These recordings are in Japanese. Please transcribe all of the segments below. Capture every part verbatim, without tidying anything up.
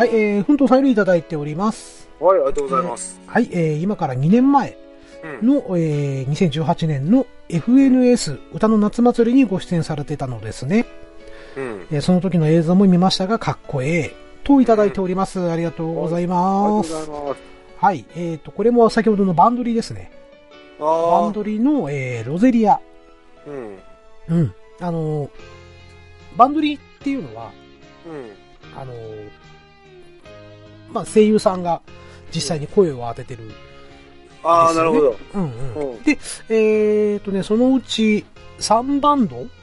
はい、えー、ふんとうさんよりいただいております。 はい、ありがとうございます。 えー、はい、えー、今からにねんまえの、うん、えー、にせんじゅうはちねんの エフエヌエス 歌の夏祭りにご出演されてたのですね。うん、えー、その時の映像も見ましたが、かっこええといただいております。うん、ありがとうございます。 ありがとうございます。 はい、えーと、これも先ほどのバンドリですね。あバンドリの、えー、ロゼリア。うん。うん。あのー、バンドリっていうのは、うん、あのー、まあ、声優さんが実際に声を当ててる、ね。 うん、ああ、なるほど。 うんうん。うん、で、えーとね、そのうちさんバンド、うん、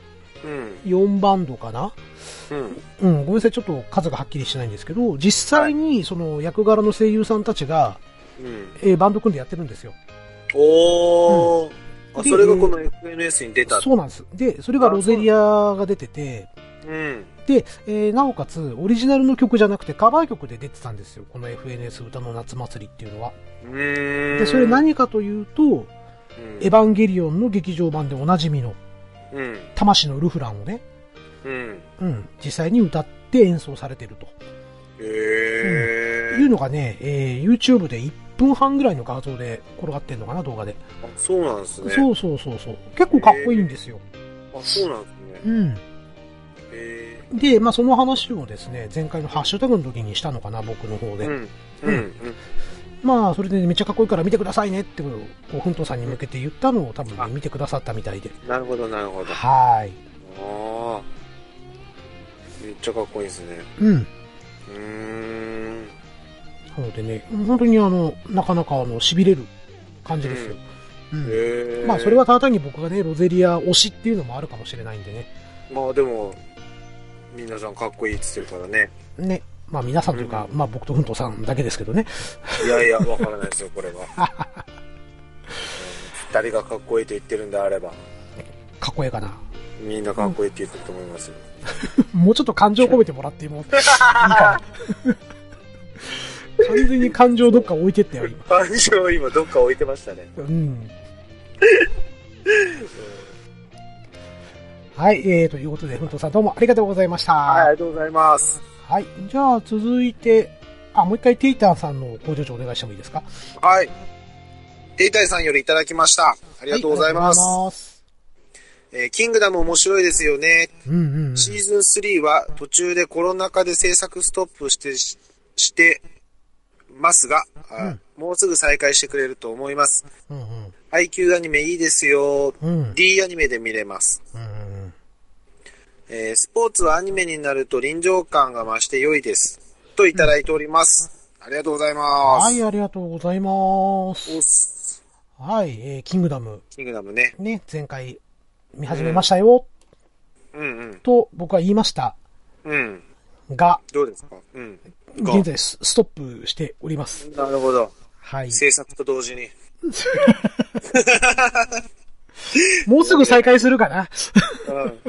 よんバンドかな、うん、うん。ごめんなさい、ちょっと数がはっきりしてないんですけど、実際にその役柄の声優さんたちが、うん、えー、バンド組んでやってるんですよ。 おー。うん、あ、それがこの エフエヌエス に出た。 そうなんです。で、それがロゼリアが出てて、うん、で、えー、なおかつ、オリジナルの曲じゃなくてカバー曲で出てたんですよ。この エフエヌエス 歌の夏祭りっていうのは。で、それ何かというと、うん、エヴァンゲリオンの劇場版でおなじみの、うん、魂のルフランをね、うん、うん、実際に歌って演奏されてると。へー。うん、いうのがね、えー、YouTube でいっぷんはんぐらいの画像で転がってんのかな、動画で。 あ、そうなんですね。 そうそうそうそう。結構かっこいいんですよ。 あ、そうなんですね。 うん。で、まあ、その話をですね、前回のハッシュタグの時にしたのかな、僕の方で。うん。うん。うん、まあ、それで、ね、めっちゃかっこいいから見てくださいねってこう、ふんとうさんに向けて言ったのを多分ね、見てくださったみたいで。 なるほど、なるほど。 はい。 ああ。めっちゃかっこいいですね。 うん。うーん。なのでね、本当にあの、なかなかあの、痺れる感じですよ。うん。うん、へー。まあ、それはただ単に僕がね、ロゼリア推しっていうのもあるかもしれないんでね。 まあ、でも、皆さんかっこいいって言ってるからね。 ね。まあ皆さんというか、うん、まあ僕とふんとうさんだけですけどね。 いやいや、わからないですよ、これは。二人がかっこいいと言ってるんであれば。 かっこいいかな。 みんなかっこいいって言ってると思いますよ。 もうちょっと感情込めてもらってもいいかな。完全に感情どっか置いてったよ、今。 感情今どっか置いてましたね。うん。 はい、えー、ということで、ふんとうさんどうもありがとうございました。 はい、ありがとうございます。 はい、じゃあ続いて、あ、もう一回テイターさんの工場長お願いしてもいいですか？ はい。テイターさんよりいただきました。ありがとうございます。はい、ありがとうございます。えー、キングダム面白いですよね。うんうんうん、シーズンスリーは途中でコロナ禍で制作ストップしてし、してますが、うん、もうすぐ再開してくれると思います。うんうん、配給アニメいいですよ、うん、D アニメで見れます。うんうんえー、スポーツはアニメになると臨場感が増して良いです。といただいております。うん、ありがとうございます。 はい、ありがとうございます。はい、えー、キングダム。 キングダムね。 ね、前回見始めましたよ。うん、うんうんと僕は言いました。うん。が、 どうですか？うん。 現在ストップしております。 なるほど。 はい。 制作と同時に。 もうすぐ再開するかな。うん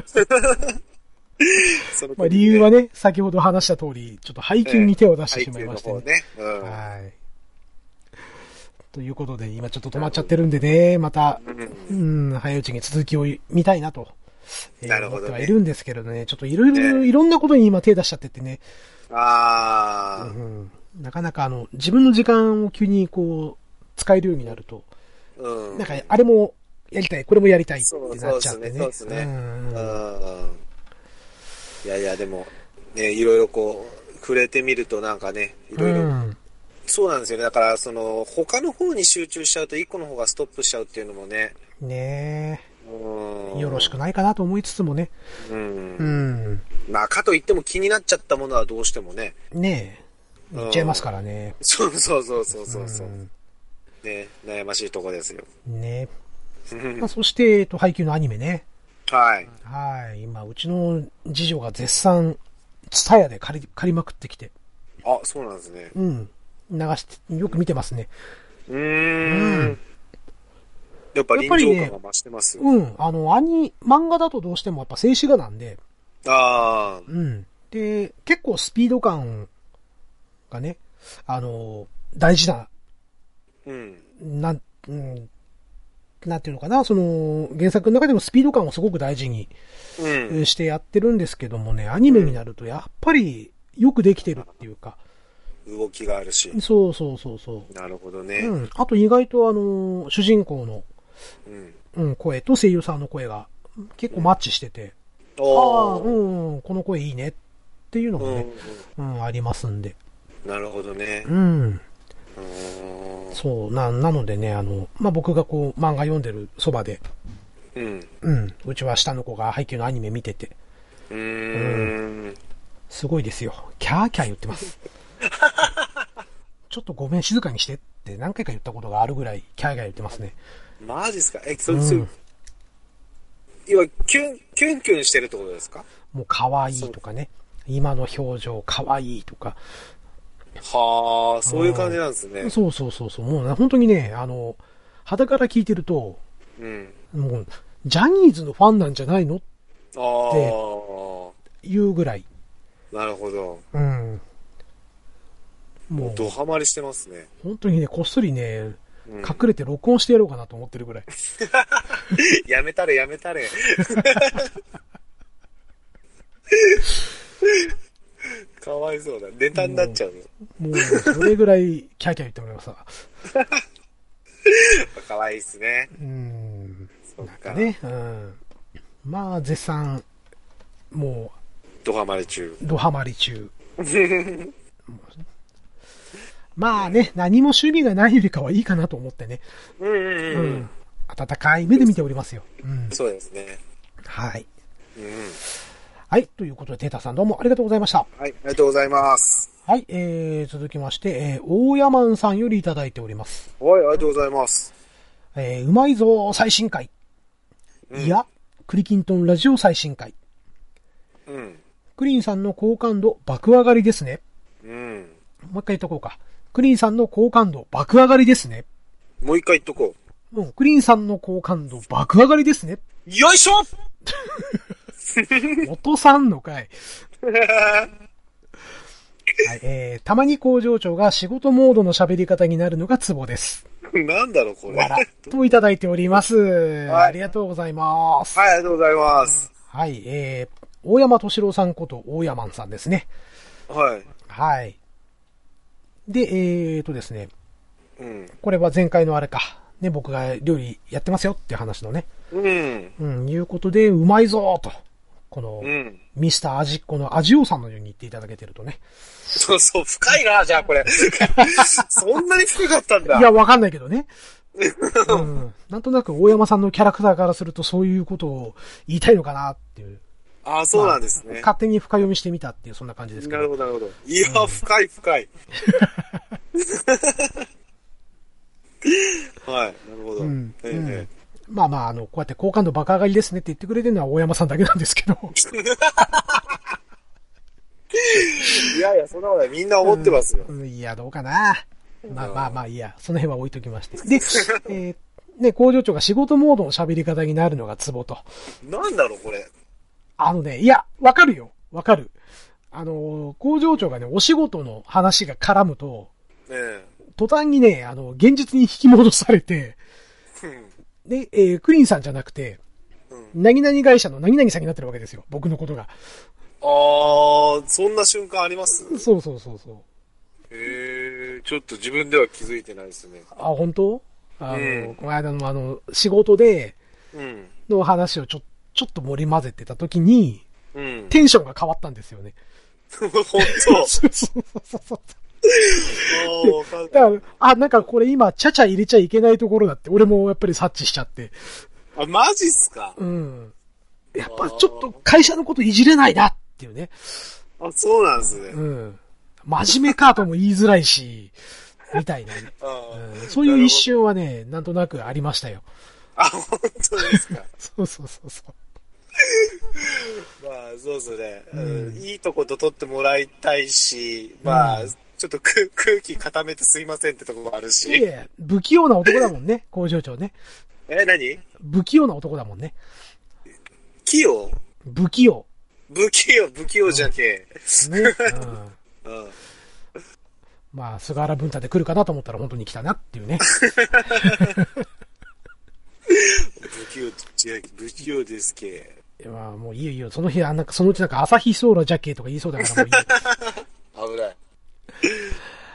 そのまあ理由はね、先ほど話した通り、ちょっと配給に手を出してしまいましてね。ねうん、はい。ということで、今ちょっと止まっちゃってるんでね、また、うん、うん、早いうちに続きを見たいなと、えー、思ってはいるんですけれどね、ちょっといろいろ、いろんなことに今手出しちゃってってね。ああ、うん。なかなかあの、自分の時間を急にこう、使えるようになると、うん、なんかあれもやりたい、これもやりたいってなっちゃってね。そうですね。そうですね。うん。 いやいや、でも、ね、いろいろこう、触れてみるとなんかね、いろいろ、うん、そうなんですよね。だから、その、他の方に集中しちゃうと、一個の方がストップしちゃうっていうのもね。 ねえ。うん。よろしくないかなと思いつつもね。うん。 うん。まあ、かといっても気になっちゃったものはどうしてもね。 ねえ。言っちゃいますからね。 そうそうそうそうそうそう。うん、ね悩ましいとこですよ。 ねまあ、そして、えっと、配給のアニメね。 はい。 はい。今、うちの次女が絶賛、ツタヤで借り、借りまくってきて。 あ、そうなんですね。 うん。流して、よく見てますね。 うーん。うん、やっぱ臨場感が増してます、 ね。うん。あの、アニ、漫画だとどうしてもやっぱ静止画なんで。ああ。うん。で、結構スピード感がね、あの、大事な。うん。なん、うん。なんていうのかな、その、原作の中でもスピード感をすごく大事にしてやってるんですけどもね、アニメになるとやっぱりよくできてるっていうか、 動きがあるし。 そうそうそうそう。 なるほどね。 うん。あと意外とあの、主人公の、うん、うん、声と声優さんの声が結構マッチしてて、うん、ああ、うん、この声いいねっていうのもね、うん、うん、ありますんで。 なるほどね。 うん。そう、な、なのでね、あの、まあ、僕がこう、漫画読んでるそばで、うん。うん。うちは下の子がハイキューのアニメ見てて、うーん。うん、すごいですよ。キャーキャー言ってます。ちょっとごめん、静かにしてって何回か言ったことがあるぐらい、キャーキャー言ってますね。 マジっすか？え、そいつ、うん、要は、キュン、キュンキュンしてるってことですか？ もう可愛いとかね。今の表情可愛いとか。 はあ、そういう感じなんですね。 そうそうそうそう。もうね、本当にね、あの、肌から聞いてると、うん、もう、ジャニーズのファンなんじゃないのっていうぐらい。 なるほど。 うん。 もう、ドハマりしてますね。 本当にね、こっそりね、うん、隠れて録音してやろうかなと思ってるぐらい。 やめたれ、やめたれ。かわいそうだ。ネタになっちゃうの。もう、それぐらいキャーキャー言ってもらいますわ。 かわいいっすね。 うん。そっかね。うん。まあ、絶賛、もう、ドハマり中。 ドハマり中。まあね、何も趣味がないよりかはいいかなと思ってね。うんうんうん。うん、温かい目で見ておりますよ。うん、 そうですね。 はい。うん、はい。ということで、テータさんどうもありがとうございました。はい、 ありがとうございます。 はい。えー、続きまして、えー、大山んさんよりいただいております。 はい、ありがとうございます。 えー、うまいぞ最新回。うん、いや、クリキントンラジオ最新回。うん。クリーンさんの好感度爆上がりですね。うん。もう一回言っとこうか。クリーンさんの好感度爆上がりですね。 もう一回言っとこう。うん。クリーンさんの好感度爆上がりですね。 よいしょ落とさんのかい。はい、えー、たまに工場長が仕事モードの喋り方になるのがツボです。 なんだろうこれ。 わらといただいております、はい。ありがとうございます。 はい、ありがとうございます。 はい、えー、大山敏郎さんこと大山さんですね。 はい。 はい。で、えーとですね。うん。これは前回のあれか。ね、僕が料理やってますよっていう話のね。うん。うん、いうことで、うまいぞーと。この、うん、ミスター味っ子の味王さんのように言っていただけてるとね。 そうそう、深いな、じゃあこれ。そんなに深かったんだ。 いや、わかんないけどね。うん。なんとなく大山さんのキャラクターからするとそういうことを言いたいのかなっていう。 ああ、そうなんですね、 まあ。勝手に深読みしてみたっていう、そんな感じですけど。 なるほど、なるほど。いや、うん、深い深い。はい、なるほど。うんえーうんまあまあ、あの、こうやって好感度爆上がりですねって言ってくれてるのは大山さんだけなんですけど。 いやいや、そんなことない。みんな思ってますよ。 うん、いや、どうかな。まあまあまあいいや。その辺は置いときまして。で、えー、ね、工場長が仕事モードの喋り方になるのがツボと。 なんだろう、これ。 あのね、いや、わかるよ。わかる。あの、工場長がね、お仕事の話が絡むと、ね、途端にね、あの、現実に引き戻されて、で、えー、クリーンさんじゃなくて、うん、何々会社の何々さんになってるわけですよ。僕のことが。 あー、そんな瞬間あります？ そうそうそうそう。 へー、ちょっと自分では気づいてないですね。 あ、本当？あの、うん、この間のあの、仕事で、の話をちょ、ちょっと盛り混ぜてた時に、うん、テンションが変わったんですよね。 本当？ そうそうそうそう。だから、あ、なんかこれ今、ちゃちゃ入れちゃいけないところだって、俺もやっぱり察知しちゃって。 あ、マジっすか？ うん。やっぱちょっと会社のこといじれないなっていうね。 あ、そうなんですね。 うん。真面目かとも言いづらいし、みたいなね、うん。そういう一瞬はね、なんとなくありましたよ。 あ、本当ですか？ そうそうそうそう。 まあ、そうですね、うん。いいとこと取ってもらいたいし、まあ、うんちょっと空気固めてすいませんってとこもあるし。 いや不器用な男だもんね、工場長ね。 え、何？ 不器用な男だもんね。 器用？ 不器用。 不器用、不器用じゃけえ。ね。 うん。うん、まあ、菅原文太で来るかなと思ったら本当に来たなっていうね。 不器用、不器用ですけ。 まあ、もういいよいいよ。その日は、なんかそのうちなんか朝日ソーラージャケとか言いそうだからもういいよ。 危ない。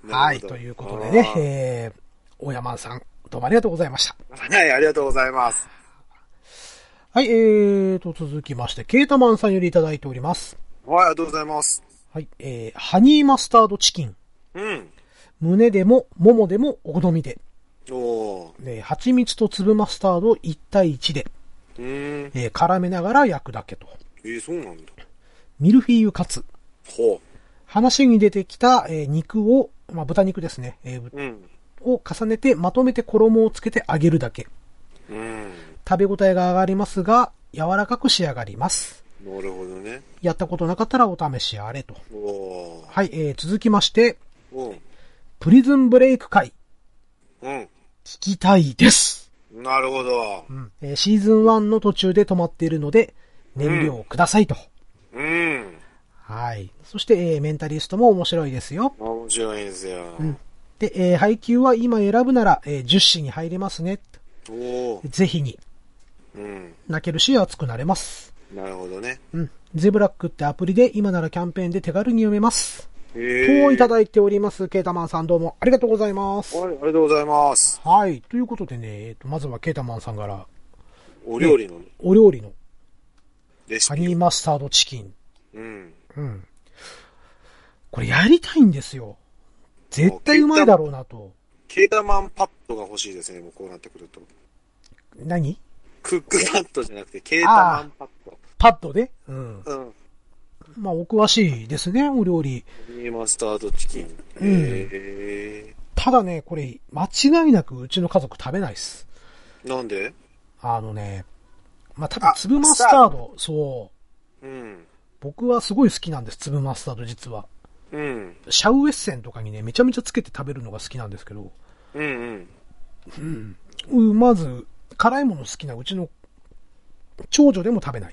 はい、ということでね、えー、大山さん、どうもありがとうございました。 はい、ありがとうございます。 はい、えーと、続きまして、ケータマンさんよりいただいております。 はい、ありがとうございます。 はい、えー、ハニーマスタードチキン。 うん。 胸でも、ももでも、お好みで。 おー。 で、蜂蜜と粒マスタードいち対いちで。 うん。えー、絡めながら焼くだけと。 えー、そうなんだ。 ミルフィーユカツ。 ほう。 話に出てきた、えー、肉を、まあ、豚肉ですね。えー、うん。を重ねて、まとめて衣をつけて揚げるだけ。 うん。 食べ応えが上がりますが、柔らかく仕上がります。 なるほどね。 やったことなかったらお試しあれと。 おはい、えー、続きまして、 うん。 プリズンブレイク回。 うん。 聞きたいです。 なるほど。 うんえー、シーズンワンの途中で止まっているので、燃料をくださいと。 うん。うん、 はい。そして、えー、メンタリストも面白いですよ。 面白いですよ。 うん。で、えー、配給は今選ぶなら、えー、じゅっしに入れますね。 おー。 ぜひに。 うん。 泣けるし熱くなれます。 なるほどね。 うん。ゼブラックってアプリで今ならキャンペーンで手軽に読めます。 へー。 といただいております。ケータマンさんどうもありがとうございます。 はい、ありがとうございます。 はい。ということでね、えっと、まずはケータマンさんから、 お料理の、ね、 お料理の、 レシピ。 ハニーマスタードチキン。 うん。 うん。これやりたいんですよ。絶対うまいだろうなと。 ケータマンパッドが欲しいですね、もうこうなってくると。 何？ クックパッドじゃなくて、ケータマンパッド。 パッドで？うん。 うん。 まあ、お詳しいですね、お料理。 ハニーマスタードチキン。うん。へー。 ただね、これ、間違いなくうちの家族食べないっす。 なんで？ あのね、まあ、多分粒マスタード、そう。うん。僕はすごい好きなんです、粒マスタード実は。うん。シャウエッセンとかにね、めちゃめちゃつけて食べるのが好きなんですけど。うんうん。うん。まず、辛いもの好きなうちの長女でも食べない。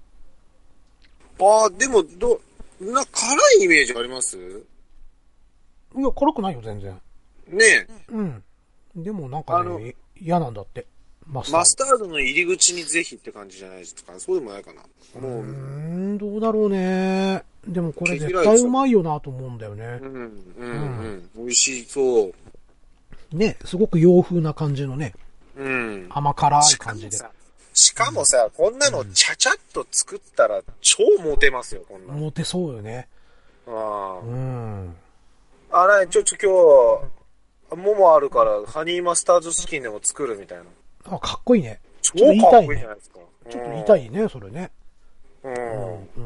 ああ、でも、ど、な、辛いイメージあります？ いや、辛くないよ、全然。ねえ。うん。でもなんかね、嫌なんだって。 マスタード。マスタードの入り口にぜひって感じじゃないですか。そうでもないかな。もう。うーん、どうだろうね。でもこれ絶対うまいよなと思うんだよね。うん、うん、うん。 美味しそう。 ね、すごく洋風な感じのね。うん。甘辛い感じで。 しかもさ、こんなのちゃちゃっと作ったら超モテますよ、こんなの。 モテそうよね。 ああ。うん。あれ、ちょっと今日、ももあるから、ハニーマスタードチキンでも作るみたいな。 あ、かっこいいね。 超かっこいいじゃないですか。 ちょっと言いたいね、それね。うん。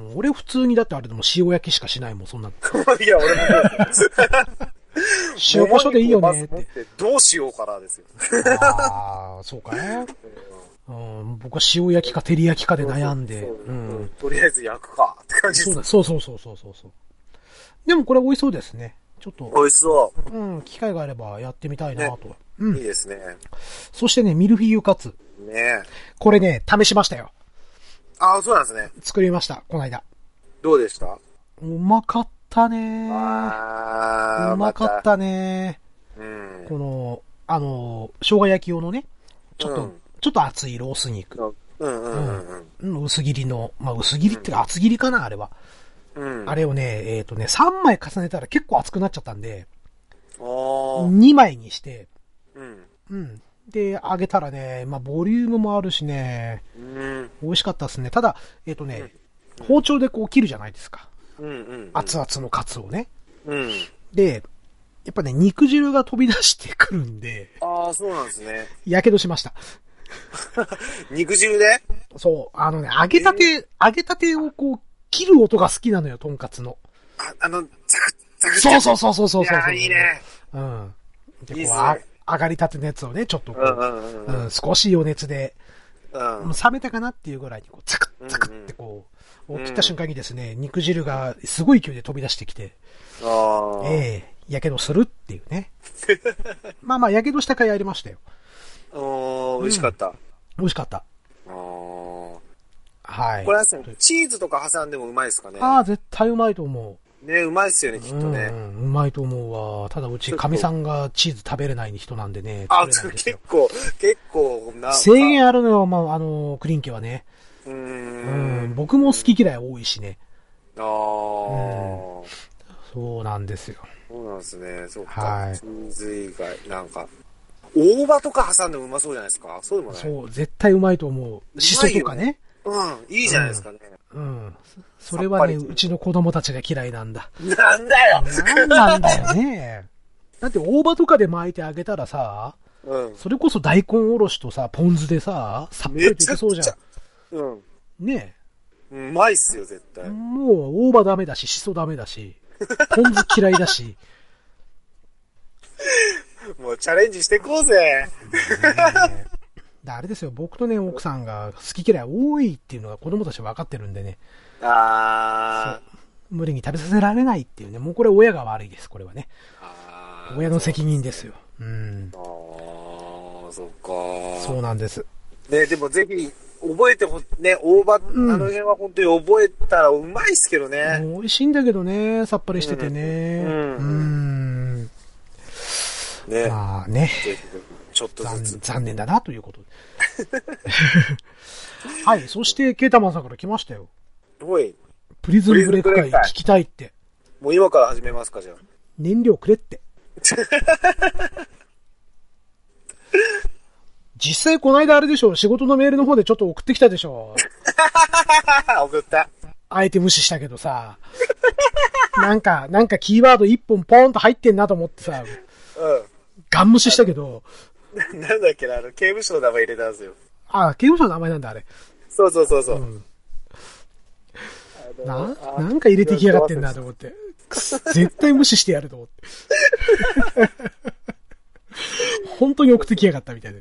うん、俺普通にだってあれでも塩焼きしかしないもん、そんな。いや、俺も。塩胡椒でいいよねって。 どうしようかなですよ。 ああ、そうかね。うん、僕は塩焼きか照り焼きかで悩んで。うん。 とりあえず焼くかって感じです。 そうそうそうそうそうそう。でもこれ美味しそうですね。ちょっと。 美味しそう。 うん、機会があればやってみたいなと。ね、うん。 いいですね。 そしてね、ミルフィーユカツ。ねこれね、試しましたよ。 ああ、そうなんですね。 作りました、この間。 どうでした？ うまかったねー。うまかったねー。うん。この、あの、生姜焼き用のね、ちょっと、うん、ちょっと厚いロース肉。うんうんうんうん。薄切りの、まあ薄切りってか厚切りかな、あれは。うん。あれをね、えっとね、さんまい重ねたら結構厚くなっちゃったんで、にまいにして、うん。うん。で、揚げたらね、まあ、ボリュームもあるしね、うん、美味しかったですね。ただ、えっとね、うん、包丁でこう切るじゃないですか。うんうんうん、熱々のカツをね。うん、で、やっぱね、肉汁が飛び出してくるんで。 ああ、そうなんですね。 やけどしました。 肉汁で？ そう。あのね、揚げたて、えー、揚げたてをこう、切る音が好きなのよ、とんかつの。 あ、あの、ザクザクそうそうそうそうそうそう。 いや、いいね。 うん。で、こう、いい上がりたてのやつをね、ちょっとこう、うんうんうんうん、少し余熱で、うん、冷めたかなっていうぐらいにこう、ザクッザクッってこう、うんうん、切った瞬間にですね、肉汁がすごい勢いで飛び出してきて、あええー、やけどするっていうね。まあまあ、やけどした回やりましたよ。 おー、美味しかった。うん、 美味しかった。あはい。 これはチーズとか挟んでもうまいですかね。 ああ、絶対うまいと思う。 ね、うまいっすよね、きっとね。 うん、うまいと思うわ。ただうち、かみさんがチーズ食べれない人なんでね。 あ、結構、結構な。 制限あるのよ、まあ、あの、クリン家はね。うーん。うん。僕も好き嫌い多いしね。ああ、うん。そうなんですよ。 そうなんですね。そうか。 はい。 チーズ以外、なんか、大葉とか挟んでもうまそうじゃないですか。そうでもない。 そう、絶対うまいと思う。しそとかね。 うん、いいじゃないですかね。 うん。うん、それはね、うちの子供たちが嫌いなんだ。 なんだよなんなんだよね。だって大葉とかで巻いてあげたらさ、うん、それこそ大根おろしとさ、ポン酢でさ、さっぱりといけそうじゃん。うん。ねえ。うまいっすよ、絶対。 もう、大葉ダメだし、しそダメだし、ポン酢嫌いだし。 もうチャレンジしてこうぜ。ね、 あれですよ、僕とね、奥さんが好き嫌い多いっていうのが子供たち分かってるんでね。 あー。 無理に食べさせられないっていうね。もうこれ親が悪いです、これはね。親の責任ですよ。うん。 ああ、そっか。 そうなんです。 ね、でもぜひ、覚えてほ、ね、大葉、うん、あの辺は本当に覚えたらうまいっすけどね。 美味しいんだけどね、さっぱりしててね。うん。うんうんね。まあね。 ちょっとずつ。 残念だな、ということで。はい、そして、ケータマンさんから来ましたよ。 おい。 プリズンブレイク会聞きたいって。 もう今から始めますか、じゃあ。 燃料くれって。実際この間あれでしょ、仕事のメールの方でちょっと送ってきたでしょ。 送った。 あえて無視したけどさ。なんか、なんかキーワード一本ポーンと入ってんなと思ってさ。うん。ガン無視したけど。 なんだっけな、あの、刑務所の名前入れたんですよ。 ああ、刑務所の名前なんだ、あれ。そうそうそうそう。うん、 な、なんか入れてきやがってんなと思って。絶対無視してやると思って。本当に送ってきやがったみたいで。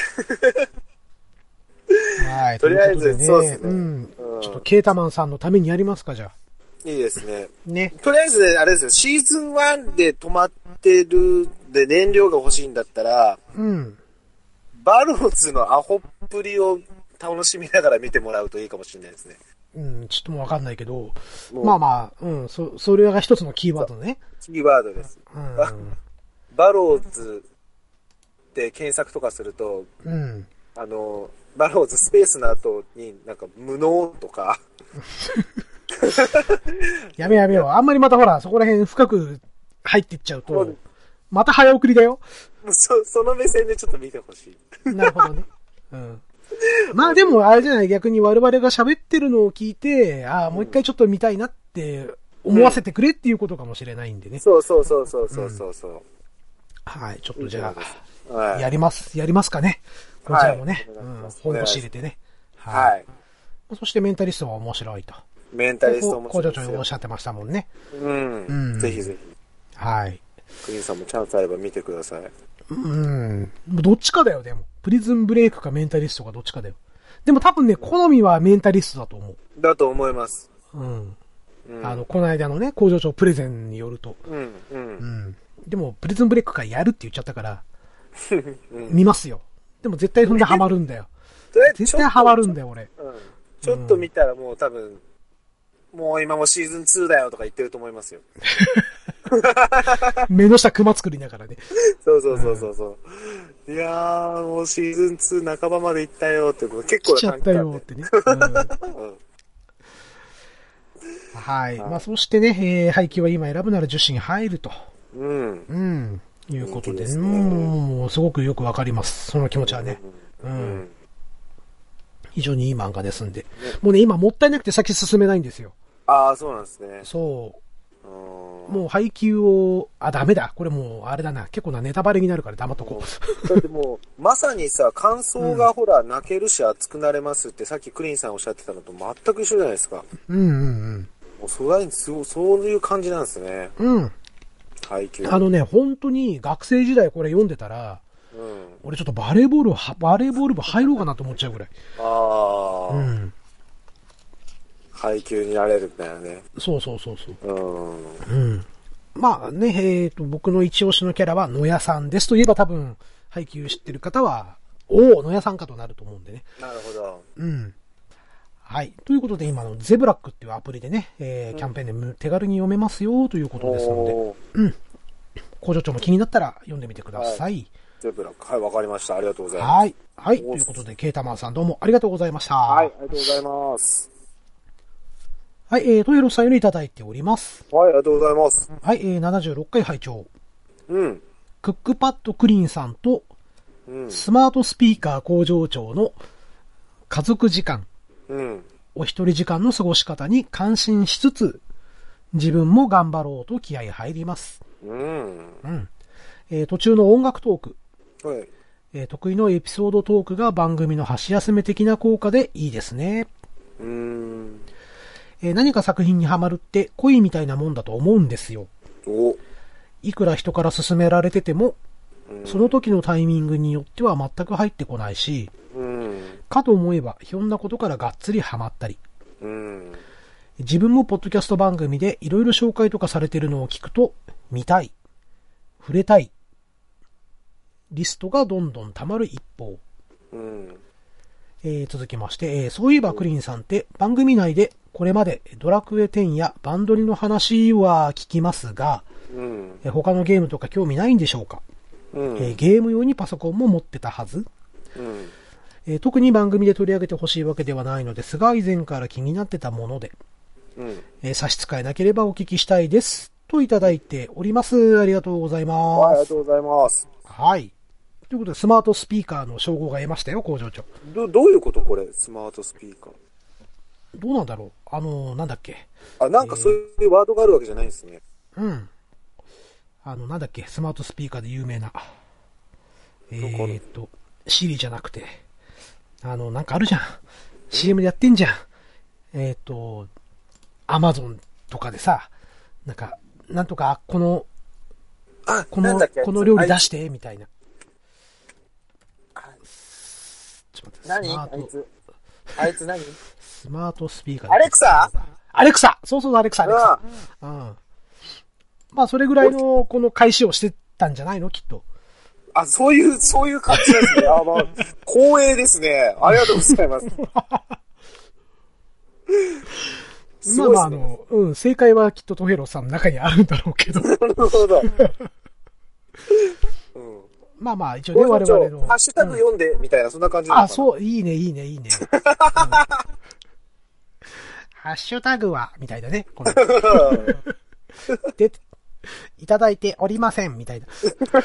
はい。 とりあえず、ね、そうですね。 うん。ちょっとケータマンさんのためにやりますか、じゃあ。 いいですね。 ね。 とりあえず、ね、あれですよ、シーズンワンで止まってるで燃料が欲しいんだったら、 うん。 バローズのアホっぷりを楽しみながら見てもらうといいかもしれないですね。 うん、ちょっともうわかんないけど、まあまあ、うん、そ、それが一つのキーワードね。 キーワードです。うん、バローズで検索とかすると、 うん、 あの、バローズスペースの後になんか無能とか。 やめやめよう。あんまりまたほら、そこら辺深く入っていっちゃうと、また早送りだよ。 そ、その目線でちょっと見てほしい。なるほどね。うん。まあでもあれじゃない、逆に我々が喋ってるのを聞いて、ああ、もう一回ちょっと見たいなって思わせてくれっていうことかもしれないんでね。うん、 そうそうそうそうそうそうそう、うん。 はい、ちょっとじゃあ、はい、やります、やりますかね。こちらもね、はい、うん、本腰入れてね。はい。はい、そしてメンタリストは面白いと。 メンタリスト面白い。 工場長におっしゃってましたもんね。 うん。うん、ぜひぜひ。 はい。 クリーンさんもチャンスあれば見てください。 うん。どっちかだよ、でも。プリズンブレイクかメンタリストかどっちかだよ。でも多分ね、好みはメンタリストだと思う。 だと思います。 うん。うん、あの、この間のね、工場長プレゼンによると。 うん。うん。うん、 でも、プリズンブレイク会やるって言っちゃったから、うん、見ますよ。でも絶対そんでハマるんだよ。絶対ハマるんだよ、俺。 うん。ちょっと見たらもう多分、もう今もシーズンツーだよとか言ってると思いますよ。 目の下熊作りながらね。 そうそうそうそうそう。いやー、もうシーズンツー半ばまで行ったよって、結構な感じ。来ちゃったよってね。うんうん、はい。まあ、そしてね、えー、配給は今選ぶなら女子に入ると。 うん。 うん。いうことで、でね、もう、すごくよくわかります。その気持ちはね。うん。うん、非常にいい漫画ですんで。ね、もうね、今もったいなくて先進めないんですよ。 ああ、そうなんですね。 そう。もう配給を、あ、ダメだ。これもう、あれだな。結構なネタバレになるから黙っとこう。だってもう、まさにさ、感想がほら、泣けるし熱くなれますって、さっきクリーンさんおっしゃってたのと全く一緒じゃないですか。 うんうんうん。 もうそれにすごそういう感じなんですね。 うん。 配給。 あのね、本当に学生時代これ読んでたら、うん、俺ちょっとバレーボール、バレーボール部入ろうかなと思っちゃうぐらい。 ああ。 うん。 配給になれるんだよね。 そうそうそうそう。 うん。 うん。まあね、えっと、僕の一押しのキャラは野屋さんですといえば多分、配給知ってる方は、おお、野屋さんかとなると思うんでね。 なるほど。 うん。はい。ということで今のゼブラックっていうアプリでね、えー、キャンペーンで手軽に読めますよということですので、うん。工場長も気になったら読んでみてください。はい、 ゼブラック。はい、わかりました。ありがとうございます。 はい。はい。ということで、ケータマンさんどうもありがとうございました。 はい、ありがとうございます。 はい、えー、トヘロさんよりいただいております。 はい、ありがとうございます。 はい、えー、ななじゅうろっかい拝聴。 うん。 クックパッドクリーンさんと、うん、スマートスピーカー工場長の家族時間、うん、お一人時間の過ごし方に感心しつつ、自分も頑張ろうと気合入ります。うん。うん。えー、途中の音楽トーク。はい。えー、得意のエピソードトークが番組の箸休め的な効果でいいですね。うーん。えー、何か作品にハマるって恋みたいなもんだと思うんですよ。お。いくら人から勧められてても、その時のタイミングによっては全く入ってこないし、うん、かと思えばひょんなことからがっつりハマったり、うん、自分もポッドキャスト番組でいろいろ紹介とかされてるのを聞くと、見たい、触れたい、リストがどんどん溜まる一方。うんえー、続きまして、えー、そういえばクリーンさんって番組内でこれまでドラクエテンやバンドリの話は聞きますが、うんえー、他のゲームとか興味ないんでしょうか、うんえー、ゲーム用にパソコンも持ってたはず、うんえー、特に番組で取り上げてほしいわけではないのですが、以前から気になってたもので、うんえー、差し支えなければお聞きしたいですといただいております。ありがとうございます。 はい、ありがとうございます。 はい。ということで、スマートスピーカーの称号が得ましたよ、工場長。 ど、どういうことこれ、スマートスピーカー。 どうなんだろうあの、なんだっけ。 あ、なんかそういうワードがあるわけじゃないんですね。 えー、うん。あの、なんだっけ、スマートスピーカーで有名な。えーっと、シリじゃなくて、あの、なんかあるじゃん。シーエム でやってんじゃん。えーっと、アマゾンとかでさ、なんか、なんとか、この、 あ、 この、この料理出して、みたいな。 ちょっと待って、何あいつ。あいつ何スマートスピーカー。 アレクサアレクサそうそう、アレクサ、アレクサ。うん。まあ、それぐらいの、この開始をしてたんじゃないのきっと。 あ、そういう、そういう感じですね。あ、まあ、光栄ですね。ありがとうございます。 まあまあ、あの、うん、正解はきっとトヘロさんの中にあるんだろうけど。 なるほど。 うん、まあまあ、一応ね、我々の。 ハッシュタグ読んで、みたいな、そんな感じなのかな。 あ、そう、いいね、いいね、いいね。うん、ハッシュタグは、みたいなね。こので、いただいておりません、みたいな。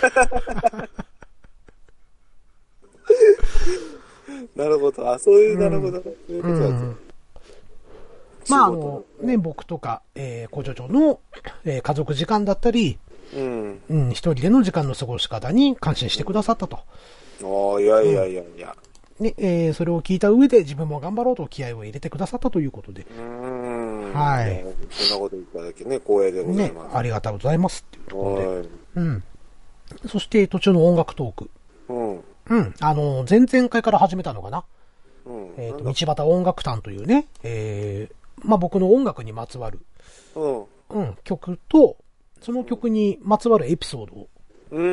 なるほど。あ、そういう、なるほど。そういうことなんです。 まあ、あの、ね、僕とか、えー、工場長の、えー、家族時間だったり、うん。うん、一人での時間の過ごし方に感心してくださったと。 ああ、いやいやいやいや。 うん、ね、えー、それを聞いた上で自分も頑張ろうと気合を入れてくださったということで。うーん。はい。 そんなこと言っただけね、光栄でございます。 ね、ありがとうございますっていうところで。はい。うん。そして途中の音楽トーク。うん。うん。あの、前々回から始めたのかな。うん。えっと、道端音楽壇というね、えー、まあ、僕の音楽にまつわる、うん、うん、曲と、その曲にまつわるエピソードを、うん、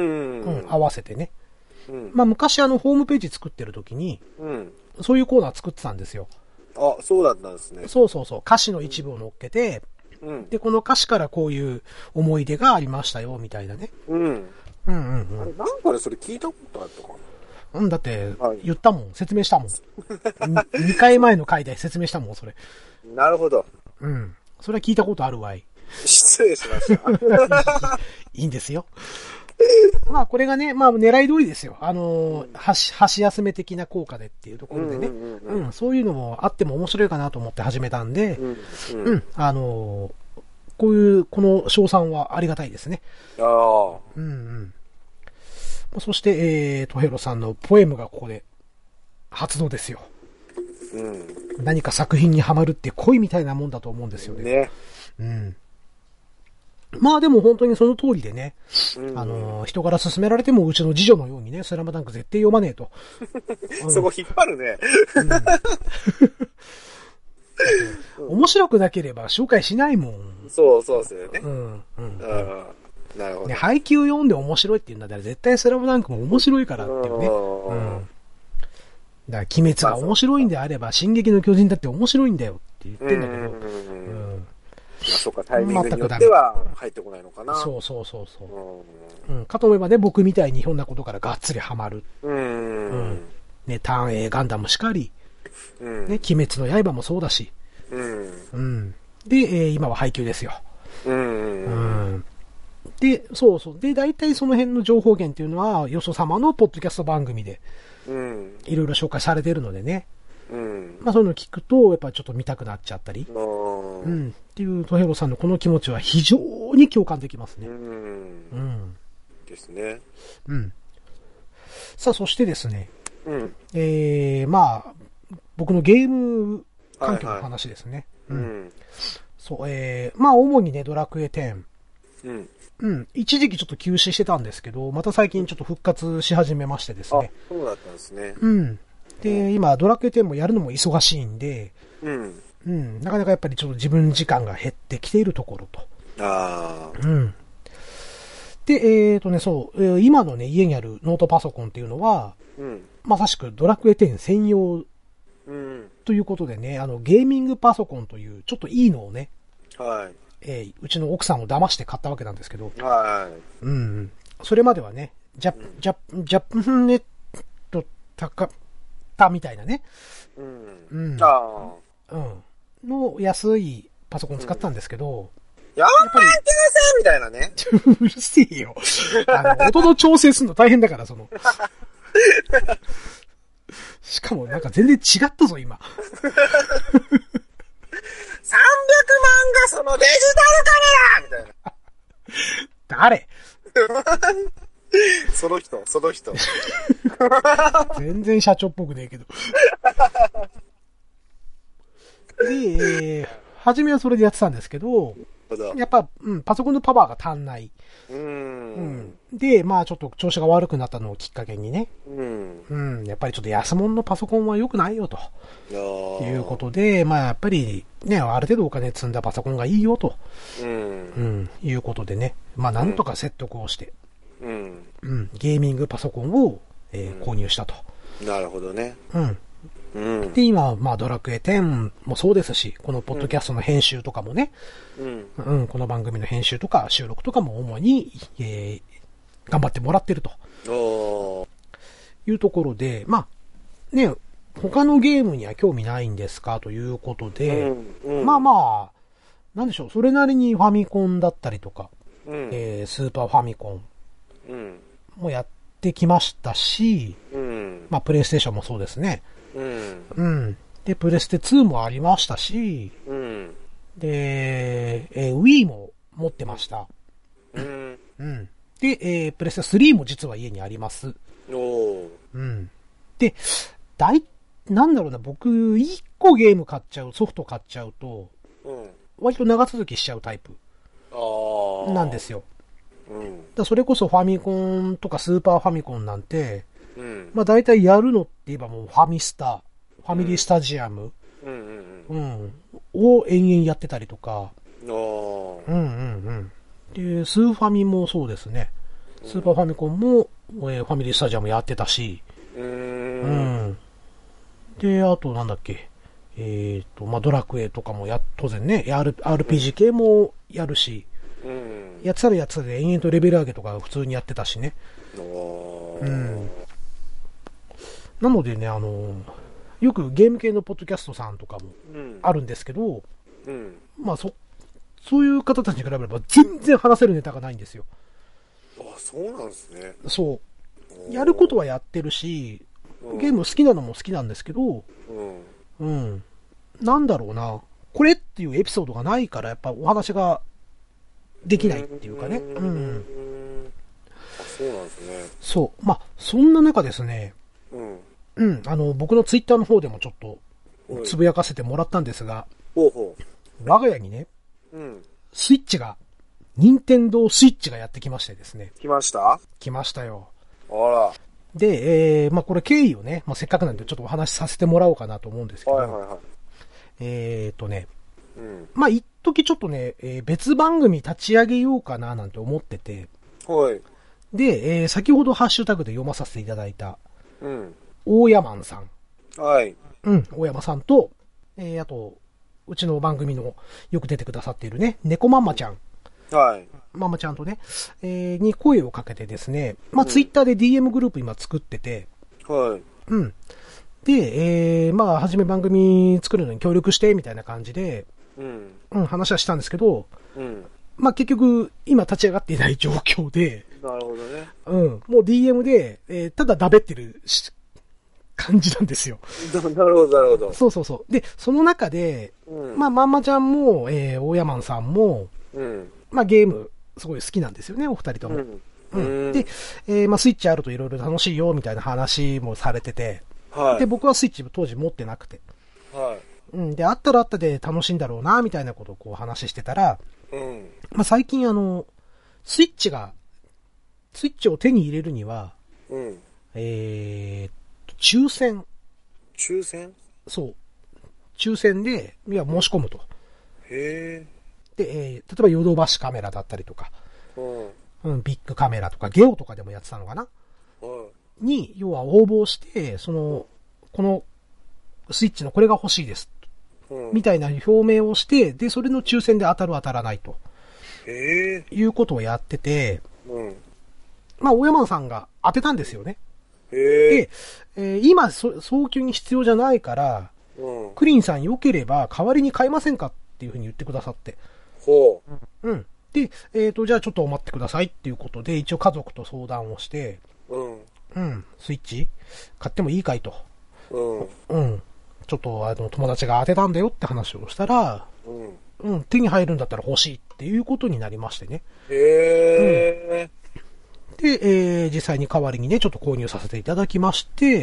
うん、合わせてね。うん、まあ、昔あの、ホームページ作ってる時に、うん、そういうコーナー作ってたんですよ。 あ、そうだったんですね。 そうそうそう。歌詞の一部を乗っけて、うん、で、この歌詞からこういう思い出がありましたよ、みたいなね。うん。うんうんうん。 あれ、なんかでそれ聞いたことあったかな。 うん、だって、言ったもん。説明したもん。にかいまえの回で説明したもん、それ。 なるほど。 うん。それは聞いたことあるわい。 失礼しました。 いいんですよ。まあ、これがね、まあ、狙い通りですよ。あの、箸、箸休め的な効果でっていうところでね。うん、うんうん、そういうのもあっても面白いかなと思って始めたんで、うん、うんうん、あの、こういう、この賞賛はありがたいですね。ああ。うんうん。そして、えー、トヘロさんのポエムがここで発動ですよ。うん、何か作品にはまるって恋みたいなもんだと思うんですよね。ね。うん。まあでも本当にその通りでね、うん、あの、人から勧められてもうちの次女のようにね、スラムダンク絶対読まねえと。 うん、そこ引っ張るね。 うん、面白くなければ紹介しないもん。 そうそうですよね。うん。うん。 うんなるほど。ね、配給読んで面白いって言うんだったら絶対スラムダンクも面白いからっていうね。うん。だから鬼滅が面白いんであれば、進撃の巨人だって面白いんだよって言ってんだけど。うん。 うんあ、そうか、タイミングによっては入ってこないのかな。 そうそうそうそう。うん。かと思えばね、僕みたいにひょんなことからがっつりハマる。うん。うん。ね、単影ガンダムしかり。うん。ね、鬼滅の刃もそうだし。うん。うん。 で、えー、今は配給ですよ。 うん。うん。 で、そうそう。で、大体その辺の情報源っていうのは、よそ様のポッドキャスト番組で、うん。いろいろ紹介されてるのでね。うん。まあそういうのを聞くと、やっぱりちょっと見たくなっちゃったり。うん。っていうトヘロさんのこの気持ちは非常に共感できますね。うん。うん。 ですね。 うん。さあ、そしてですね。うん。えー、まあ、僕のゲーム環境の話ですね。はいはい、うん。うん。そう、えー、まあ主にね、ドラクエテン。うん。うん。一時期ちょっと休止してたんですけど、また最近ちょっと復活し始めましてですね。 あ、そうだったんですね。 うん。で、今、ドラクエテンもやるのも忙しいんで、うん。うん。なかなかやっぱりちょっと自分時間が減ってきているところと。ああ。うん。で、えっとね、そう、今のね、家にあるノートパソコンっていうのは、うん。まさしくドラクエテン専用、うん。ということでね、あの、ゲーミングパソコンという、ちょっといいのをね、はい。えー、うちの奥さんを騙して買ったわけなんですけど、はい。うん。それまではね、ジャ、うん、ジャ、ジャプネット高たみたいなね。うん。うん。ああ。うん。の安いパソコン使ったんですけど、うん、 やっぱり、やってくださいみたいなね。 うるせえよ。あの、音の調整するの大変だから、その。しかもなんか全然違ったぞ、今。 さんびゃくまんがそのデジタルカメラみたいな。 誰その人、その人。 全然社長っぽくねえけど。で、えー、初めはそれでやってたんですけど、やっぱ、うん、パソコンのパワーが足んない。うん、うん。で、まあちょっと調子が悪くなったのをきっかけにね。うん。うん。やっぱりちょっと安物のパソコンは良くないよと。いうことで、まあやっぱりね、ある程度お金積んだパソコンがいいよと。うん。うん。いうことでね。まあなんとか説得をして。うん。うん。ゲーミングパソコンを、えー、購入したと。 なるほどね。 うん。うん、で、今、まあ、ドラクエテンもそうですし、このポッドキャストの編集とかもね、うん、うん、この番組の編集とか収録とかも主に、えー、頑張ってもらってると。いうところで、まあ、ね、他のゲームには興味ないんですかということで、うんうん、まあまあ、なんでしょう、それなりにファミコンだったりとか、うん、えー、スーパーファミコンもやってきましたし、うん、まあ、プレイステーションもそうですね。うん。うん。で、プレステツーもありましたし、うん。で、えー、Wii も持ってました。うん。うん。で、えー、プレステスリーも実は家にあります。おー。うん。で、大、なんだろうな、僕、一個ゲーム買っちゃう、ソフト買っちゃうと、うん。割と長続きしちゃうタイプ。あなんですよ。うん。だそれこそファミコンとかスーパーファミコンなんて、うん、まあ大体やるのって言えばもうファミスタ、ファミリースタジアム、うん、うん、を延々やってたりとか、うんうんうん。で、スーファミもそうですね。スーパーファミコンも、えー、ファミリースタジアムやってたし、うん。で、あとなんだっけ、えっと、まあドラクエとかもや、当然ね、アールピージー 系もやるし、うん、やってたらやってたで延々とレベル上げとか普通にやってたしね。うん。なのでね、あの、よくゲーム系のポッドキャストさんとかもあるんですけど、うん、まあそ、そういう方たちに比べれば全然話せるネタがないんですよ。 あ、そうなんですね。 そう。やることはやってるし、ゲーム好きなのも好きなんですけど、うん。うん。なんだろうな。これっていうエピソードがないから、やっぱお話ができないっていうかね。うん。うん、 あ、そうなんですね。 そう。まあ、そんな中ですね、うん。うん、あの、僕のツイッターの方でもちょっと、つぶやかせてもらったんですが、ほうほう。我が家にね、うん。スイッチが、任天堂スイッチがやってきましてですね。 来ました? 来ましたよ。 あら。 で、えー、まあ、これ経緯をね、まあ、せっかくなんでちょっとお話しさせてもらおうかなと思うんですけど、はいはいはい。えーとね、うん。まあ、一時ちょっとね、えー、別番組立ち上げようかななんて思ってて、はい。で、えー、先ほどハッシュタグで読まさせていただいた、うん。大山さん。はい。うん、大山さんと、えー、あと、うちの番組のよく出てくださっているね、猫ママちゃん。はい。ママちゃんとね、えー、に声をかけてですね、まあ、うん、ツイッターで ディーエム グループ今作ってて、はい。うん。で、えー、まあ、はじめ番組作るのに協力して、みたいな感じで、 うん。 うん、話はしたんですけど、 うん。 まあ、結局、今立ち上がっていない状況で、 なるほどね。 うん、もう ディーエム で、えーただだべってるし感じなんですよ。 なるほど、なるほど。 そうそうそう。で、その中で、 うん。 まあ、まんまちゃんも、えー、大山んさんも、 うん。 まあ、ゲーム、すごい好きなんですよね、お二人とも。 うん。 うんうんで、えーまあ、スイッチあるといろいろ楽しいよ、みたいな話もされてて、 はい。 で、僕はスイッチ当時持ってなくて、 はうん、で、あったらあったで楽しいんだろうな、みたいなことをこう話してたら、 い。うん。 まあ、最近あの、スイッチが、スイッチを手に入れるには、 うん。 えー、抽選、 抽選そう、抽選で、いや、申し込むと。 へえ。 で、えー、例えばヨドバシカメラだったりとか、 うん。 うん、ビッグカメラとか、ゲオとかでもやってたのかなはに、要は応募して、その、この、スイッチのこれが欲しいです。 い。うん。 みたいな表明をして、で、それの抽選で当たる当たらないと。 へえ。 いうことをやってて、 うん。 まあ、大山さんが当てたんですよね。 へえ。 で、えー今そ、早急に必要じゃないから、 うん。 クリンさん良ければ代わりに買えませんかっていうふうに言ってくださって。 ほうん。で、えっ、と、じゃあちょっと待ってくださいっていうことで、一応家族と相談をして、 う。うん。 うん、スイッチ買ってもいいかいと。 うん。 うん。ちょっとあの、友達が当てたんだよって話をしたら、 うん。 うん、手に入るんだったら欲しいっていうことになりましてね。 へえ。 で、えー、実際に代わりにね、ちょっと購入させていただきまして、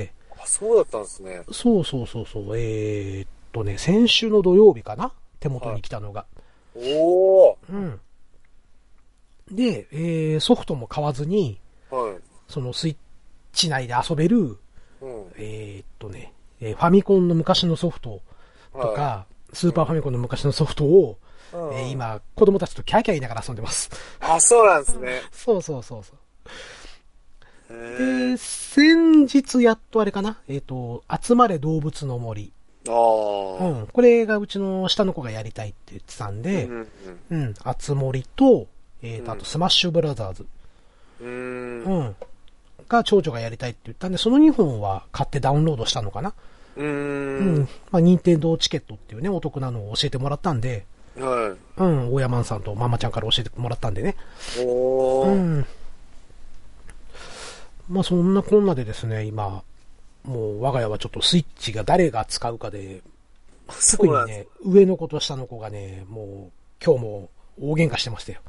あ、そうだったんですね。 そうそうそうそう、えーっとね、先週の土曜日かな手元に来たのが。 おお。 うん。で、えー、ソフトも買わずに、 はい。 そのスイッチ内で遊べる、 うん。 えーっとね、えーファミコンの昔のソフトとか、 はスーパーファミコンの昔のソフトを、 うんえー今、子供たちとキャーキャー言いながら遊んでます。 あ、そうなんですね。 そうそうそうそう。 へえ。 で、先日やっとあれかなえっ、と、集まれ動物の森。 あうあ。 ん。これがうちの下の子がやりたいって言ってたんで、 うんうん。あつ森と、えっ、と、 うんあとスマッシュブラザーズ。 うん。うー。 うんん。が長女がやりたいって言ったんで、そのにほんは買ってダウンロードしたのかなうー。 うんん。まあ、任天堂チケットっていうね、お得なのを教えてもらったんで、 はうん。大山さんとママちゃんから教えてもらったんでね。 い。おー。 うん。まあ、そんなこんなでですね、今、もう我が家はちょっとスイッチが誰が使うかで、特にね、上の子と下の子がね、もう今日も大喧嘩してましたよ。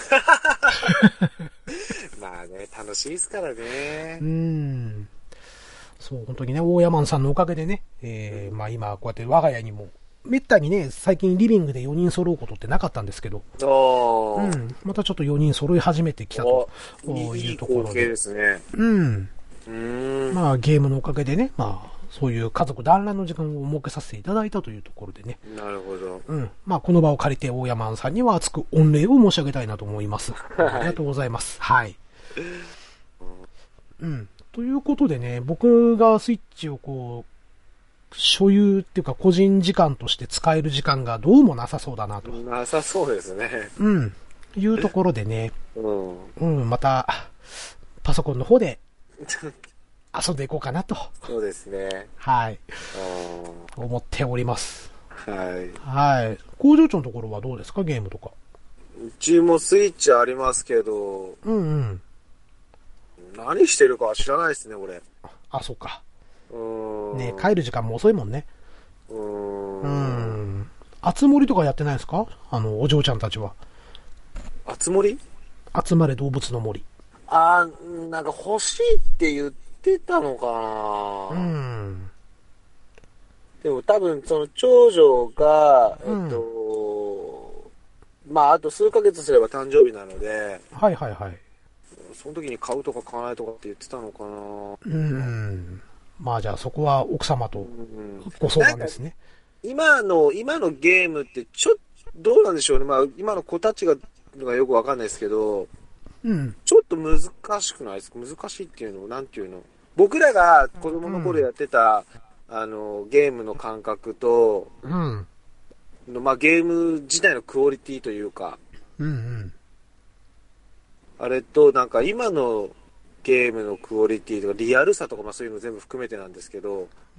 まあね、楽しいですからねうー。ん。そう、本当にね、大山さんのおかげでね、えー、まあ今こうやって我が家にも、めったにね、最近リビングでよにん揃うことってなかったんですけど、 ああ。 うん、またちょっとよにん揃い始めてきたとおいいいうところ光景で、 ですね。 うん。 うーん。 まあゲームのおかげでね、まあそういう家族団らんの時間を設けさせていただいたというところでね、 なるほど。 うん。まあこの場を借りて大山さんには熱く御礼を申し上げたいなと思います。ありがとうございます。はい。うん。ということでね、僕がスイッチをこう、所有っていうか個人時間として使える時間がどうもなさそうだなと。 なさそうですね。 うん。いうところでね、 うん。 うん、また、パソコンの方で遊んでいこうかなと。 そうですね。 はい。 あ思っております。 ーはい。 はい。工場長のところはどうですかゲームとか。 うちもスイッチありますけど、 うんうん。 何してるかは知らないですね、俺。 あ、そうか。 うーん。 ね帰る時間も遅いもんね。 うーん。 うーん。あつ森とかやってないですかあの、お嬢ちゃんたちは。 あつ森集まれ動物の森。 あー、なんか欲しいって言ってたのかうな、 ん。 でも多分その長女が、えうんっと、まああと数ヶ月すれば誕生日なので、 はいはいはい。 その時に買うとか買わないとかって言ってたのかなうん。まあじゃあそこは奥様とうんご相談ですね。 今の、今のゲームってちょっと、どうなんでしょうね。まあ今の子たちが、がよくわかんないですけど、 うん。 ちょっと難しくないですか？難しいっていうのなんていうの僕らが子供の頃やってた、うん、あの、ゲームの感覚と、 うん。 まあゲーム自体のクオリティというか、 うんうん。 あれと、なんか今のゲームのクオリティとかリアルさとか、まあそういうの全部含めてなんですけど、 まあ、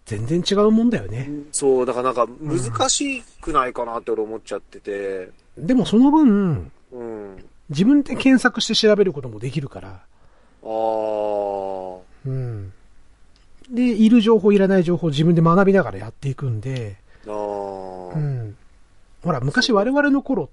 全然違うもんだよね。 そう、だからなんか難しくないかなって俺思っちゃってて。 うん、でもその分、 うん、 自分で検索して調べることもできるから。ああ。うん。 で、いる情報いらない情報を自分で学びながらやっていくんで。 ああ。うん。ほら、昔我々の頃って、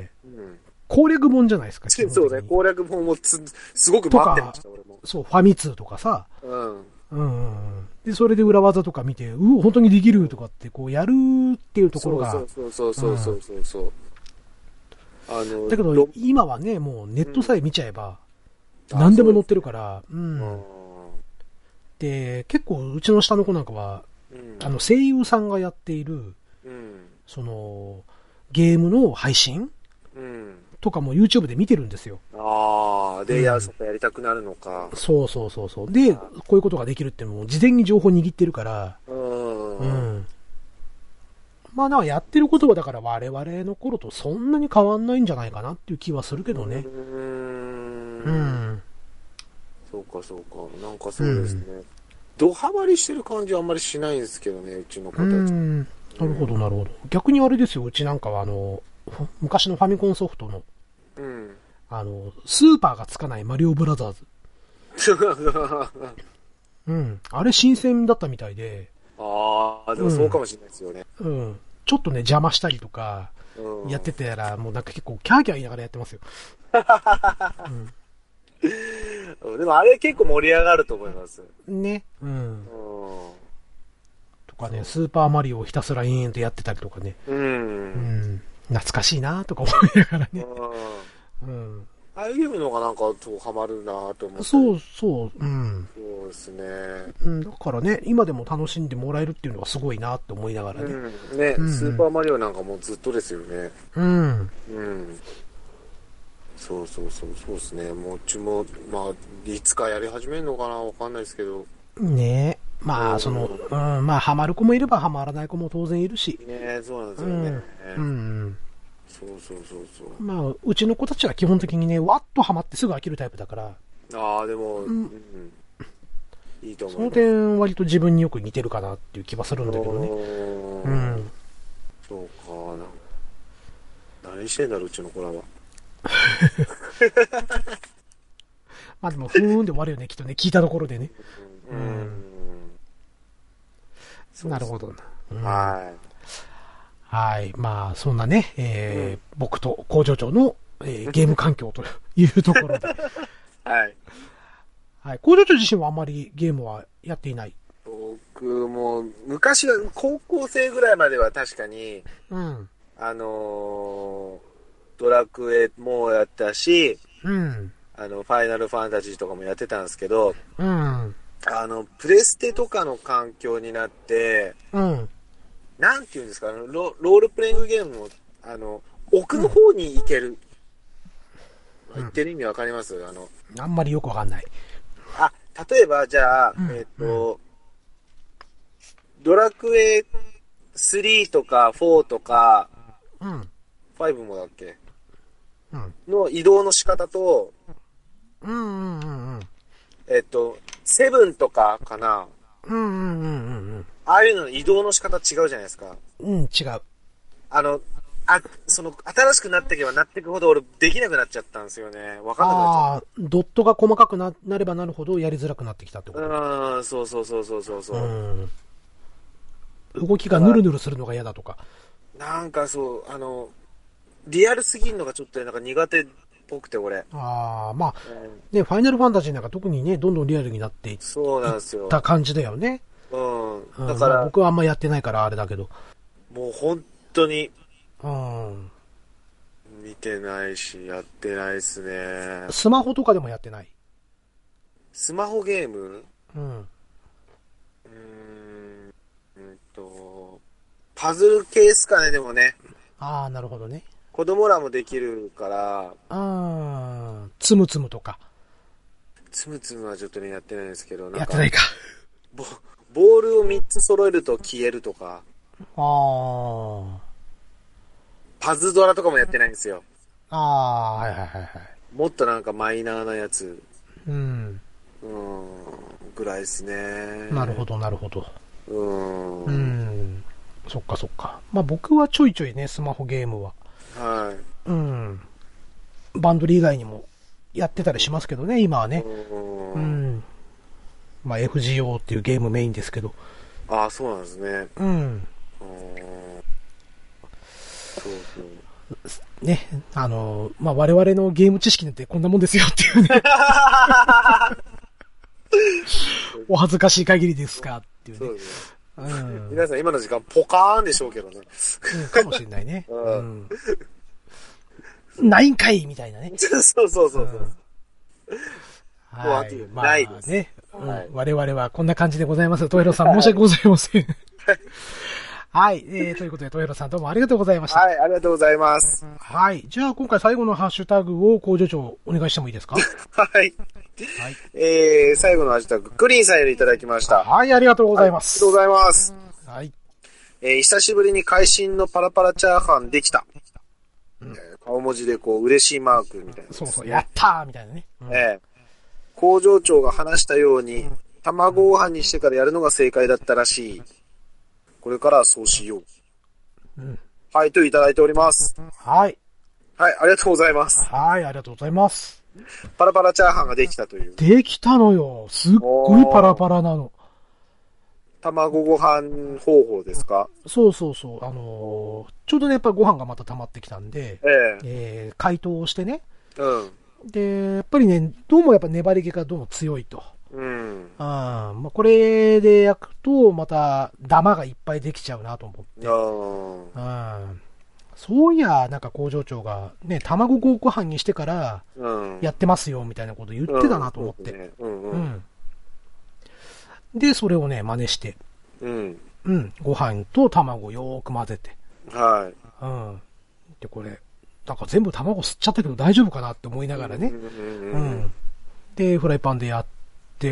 うん、攻略本じゃないですか。 そうね、攻略本もつすごく待ってました、俺も。 そう、ファミ通とかさ。 うん。 うんうん。で、それで裏技とか見て、うお、本当にできるとかって、こう、やるっていうところが。 そうそうそうそうそうそうそう。うん、 あの、だけど、今はね、もうネットさえ見ちゃえば、うん、何でも載ってるから、うん。で、結構、うちの下の子なんかは、うん、あの、声優さんがやっている、うん、その、ゲームの配信、うん、とかも YouTube で見てるんですよ。 ああ、で、うん、や、そっかやりたくなるのか。 そうそうそうそう。で、こういうことができるっていうのも、事前に情報握ってるから、うん。うん。まあ、なんかやってることはだから我々の頃とそんなに変わんないんじゃないかなっていう気はするけどね。うーん。 うん。そうかそうか。なんかそうですね。うん、ドハマりしてる感じはあんまりしないんですけどね、うちの子たち。うん。 なるほどなるほど。逆にあれですよ、うちなんかはあの、昔のファミコンソフトの、うん。あの、スーパーがつかないマリオブラザーズ。うん。あれ新鮮だったみたいで。 ああ、でもそうかもしれないですよね。 うん。うん、ちょっとね、邪魔したりとか、やってたら、もうなんか結構キャーキャー言いながらやってますよ。 うん、でもあれ結構盛り上がると思います。 ね。うん。うん、とかね、スーパーマリオをひたすら延々とやってたりとかね。うん。うん、懐かしいなとか思いながらね。 うん。ああいうゲームの方がなんかそうハマるなと思って。 そうそう、うん。 そうですね。 うん、だからね、今でも楽しんでもらえるっていうのがすごいなって思いながらね。うん、 ね、うんうん、スーパーマリオなんかもうずっとですよね。うん。うん。そうそうそう、そうですね。もううちも、まあ、いつかやり始めるのかなわかんないですけど。 ねえ。まあ、その、うん、まあ、ハマる子もいればハマらない子も当然いるし。 ねそうなんですよね。うん。うん、そうそうそうそう。 まあ、うちの子たちは基本的にね、わっとハマってすぐ飽きるタイプだから。 ああ、でも、うん。いいと思います。 その点、割と自分によく似てるかなっていう気はするんだけどね。うん。 そうかな。何してんだろう、うちの子らは。 まあでも、ふーんで終わるよね、きっとね、聞いたところでね。うん。うん、なるほどな。うん、はい。はい。まあ、そんなね、えーうん、僕と工場長の、えー、ゲーム環境というところで。はい。はい。工場長自身はあんまりゲームはやっていない。 僕も、昔は、高校生ぐらいまでは確かに、うん。あのー、ドラクエもやったし、うん。あの、ファイナルファンタジーとかもやってたんですけど、うん。あの、プレステとかの環境になって、うん。なんていうんですか、あのロ、ロールプレイングゲームも、あの、奥の方に行ける。うん、言ってる意味わかります？あの、 あんまりよくわかんない。 あ、例えば、じゃあ、うん、えっ、ー、と、うん、ドラクエスリーとかフォーとか、うん、ファイブもだっけ、うん、の移動の仕方と、うんうんうんうん、えっと、セブンとかかな。うんうんうんうん。ああいうの移動の仕方違うじゃないですか。 うん、違う。 あの、あ、その、新しくなっていけばなっていくほど俺できなくなっちゃったんですよね。わかんなくなっちゃった。ああ、 ドットが細かく な, なればなるほどやりづらくなってきたってこと。 うん、そうそうそうそうそうそう。うん動きがヌルヌルするのが嫌だとか。 なんかそう、あの、リアルすぎるのがちょっとなんか苦手っぽくて俺。 ああ、まあ、うん、ね、ファイナルファンタジーなんか特にね、どんどんリアルになっていった感じだよね。うん。だから、うんまあ、僕はあんまやってないからあれだけど。 もう本当に、うん。見てないし、やってないですね。 スマホとかでもやってない。 スマホゲーム？うん。うーん。うんと、パズル系っすかね、でもね。 ああ、なるほどね。 子供らもできるから。ああ、つむつむとか。 つむつむはちょっとね、やってないんですけど、なんか。 やってないか。 ボ、ボールをみっつ揃えると消えるとか。ああ。パズドラとかもやってないんですよ。 ああ、はいはいはいはい。 もっとなんかマイナーなやつ。うん。うん、ぐらいですね。 なるほどなるほど。 ううーん。 うん。そっかそっか。まあ僕はちょいちょいね、スマホゲームは。 はい。 うん。バンドリ以外にもやってたりしますけどね、今はね。 うーん。 うん。まあ エフジーオー っていうゲームメインですけど。 ああ、そうなんですね。 うん。 うーん。そうそう。 ね、あの、まあ我々のゲーム知識なんてこんなもんですよっていうね。お恥ずかしい限りですかっていうね。 そうですね。 うん、 皆さん今の時間ポカーンでしょうけどね。 うん、かもしれないね。 うん。 うん、ないんかいみたいなね。 そうそうそうそう。うん、 はい。まあ、 ないです。 ね、 はい、 うん。我々はこんな感じでございます。トヘロさん申し訳ございません。はい。えー、ということで、トヘロさんどうもありがとうございました。 はい、ありがとうございます。 はい。じゃあ今回最後のハッシュタグを工場長お願いしてもいいですか？ はい。はい。えー、最後のハッシュタグ、クリーンさんよりいただきました。 はい、ありがとうございます。 はい、ありがとうございます。 はい。 えー、久しぶりに会心のパラパラチャーハンできた。うん、えー、顔文字でこう、嬉しいマークみたいな、ね。 そうそう、やったーみたいなね。 うん、えー、工場長が話したように、卵ご飯にしてからやるのが正解だったらしい。これからはそうしよう。うん、はい、といただいております。 はい。 はい、ありがとうございます。 はい、ありがとうございます。 パラパラチャーハンができたという。 できたのよ。すっごいパラパラなの。 卵ご飯方法ですか？ そうそうそう。あのー、ちょうどね、やっぱりご飯がまた溜まってきたんで、えー、えー、解凍をしてね。うん。で、やっぱりね、どうもやっぱ粘り気がどうも強いと。うん。あまあ、これで焼くと、また、ダマがいっぱいできちゃうなと思って。あうん。そういや、なんか工場長が、ね、卵ご飯にしてから、やってますよ、みたいなこと言ってたなと思って。うん。うん。で、それをね、真似して。うん。うん。ご飯と卵をよーく混ぜて。はい。うん。で、これ、なんか全部卵吸っちゃったけど大丈夫かなって思いながらね。うん。で、フライパンでやって、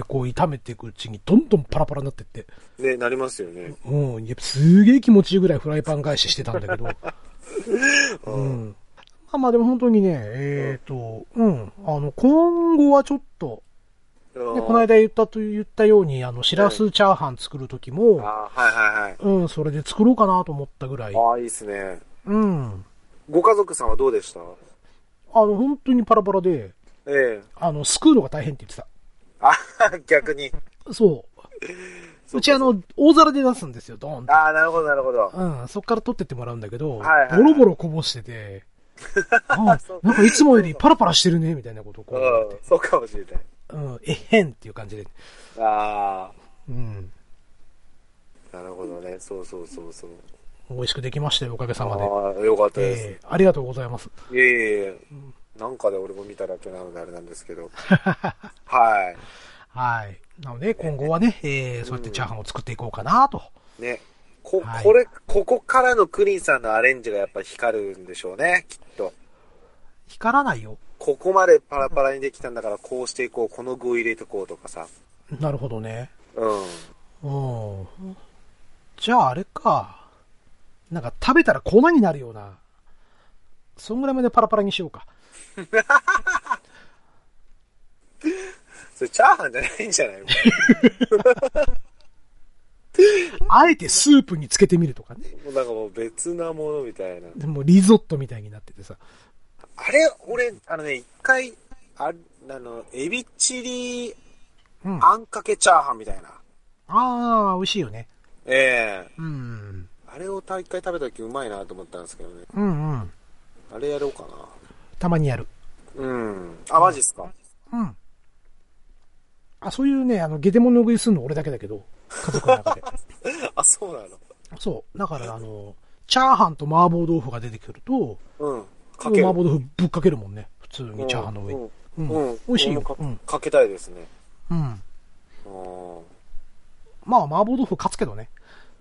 こう炒めていくうちにどんどんパラパラになってって。 ね、なりますよね。 うん。やっぱすげえ気持ちいいぐらいフライパン返ししてたんだけど。うん。まあまあでも本当にね、えっと、うん。あの、今後はちょっと、で、この間言ったと言ったように、あの、しらすチャーハン作るときも、あはいはいはい。うん、それで作ろうかなと思ったぐらい。 ああ、いいっすね。 うん。 ご家族さんはどうでした？ あの、本当にパラパラで、ええ。あの、すくうのが大変って言ってた。 あ、逆に。 そう。うちあの、大皿で出すんですよ、ドーンと。 ああ、なるほどなるほど。 うん、そっから取ってってもらうんだけど、はいはいはい、ボロボロこぼしてて、あなんかいつもよりパラパラしてるね、みたいなことをこう言って。うん、そうかもしれない。 うん、えへんっていう感じで。ああ。うん。 なるほどね。そうそうそうそう。 美味しくできましたよ、おかげさまで。 ああ、よかったです、 えー。ありがとうございます。 いえいえいえ。うん、なんかで俺も見ただけなのであれなんですけど。はい。 はい。なので、今後はね、えー、そうやってチャーハンを作っていこうかなと。 ね。こ、はい、これ、ここからのクリンさんのアレンジがやっぱ光るんでしょうね、きっと。 光らないよ。 ここまでパラパラにできたんだからこうしていこう、この具を入れてこうとかさ。 なるほどね。うん。うん。じゃああれか。なんか食べたら粉になるような。そんぐらいまでパラパラにしようか。 それチャーハンじゃないんじゃないあえてスープにつけてみるとかね。 もうなんかもう別なものみたいな。 でもリゾットみたいになっててさ。 あれ、俺、あのね、一回、あ、あの、エビチリ、あんかけチャーハンみたいな。 ああ、美味しいよね。 ええー。うん。あれを一回食べた時うまいなと思ったんですけどね。うんうん。あれやろうかな。 たまにやる。 うん。あ、マジっすか？うん。 あ、そういうね、あの、ゲテモノ食いするの俺だけだけど、家族の中で。 あ、そうなの？そう。 だからあの、チャーハンと麻婆豆腐が出てくると、うん。かける。麻婆豆腐ぶっかけるもんね。普通にチャーハンの上に。うん。うんうん、美味しいよ。 か、うん、かけたいですね。うん。あまあ、麻婆豆腐勝つけどね。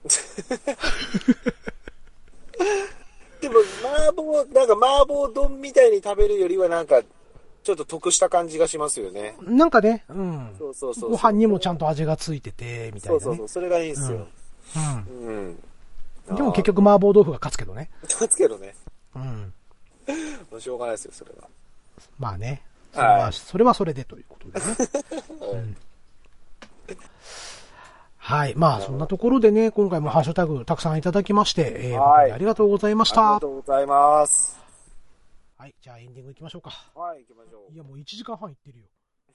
でも、麻婆、なんか麻婆丼みたいに食べるよりはなんか、ちょっと得した感じがしますよね。 なんかね、うん。そうそうそう。ご飯にもちゃんと味がついてて、みたいな、ね。 そうそうそう。それがいいんですよ。うん。 うん。うん、でも結局麻婆豆腐が勝つけどね。 勝つけどね。うん。もうしょうがないですよ、それは。 まあね。それは、はい、それはそれでということでね。うん、ははい。まあ、そんなところでね、今回もハッシュタグたくさんいただきまして、えー、本当にありがとうございました。 ありがとうございます。 はい。じゃあエンディング行きましょうか。 はい、行きましょう。 いや、もういちじかんはんいってるよ。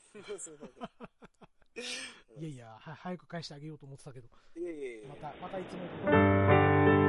いやいや、は、早く返してあげようと思ってたけど。 いやいやいや。 また、またいつもところ。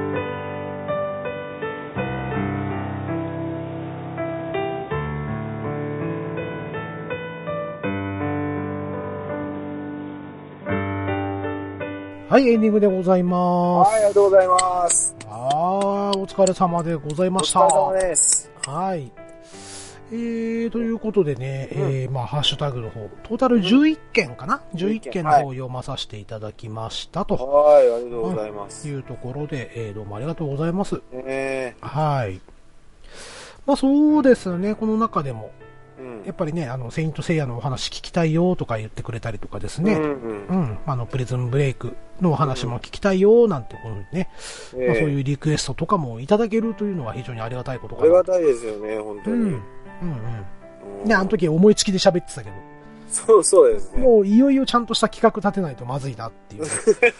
はい、エンディングでございます。 はい、ありがとうございます。 あー、お疲れ様でございました。 お疲れ様です。 はい。えー、ということでね、うん、えー、まあ、ハッシュタグの方、トータルじゅういっけんかな、うん、じゅういっけんの方を読まさせていただきましたと。 はい、ありがとうございます。 というところで、えー、どうもありがとうございます。 えー、 はい。まあ、そうですね、この中でも、 うん、 やっぱりね、あの、セイントセイヤのお話聞きたいよとか言ってくれたりとかですね、うん、うんうん、あの、プリズンブレイクのお話も聞きたいよなんてことにね、うん、まあ、そういうリクエストとかもいただけるというのは非常にありがたいことかな。 ありがたいですよね、本当に。うん、うん、 うん。ね、あの時思いつきで喋ってたけど。 そうそうですね。 もういよいよちゃんとした企画立てないとまずいなっていう。うん、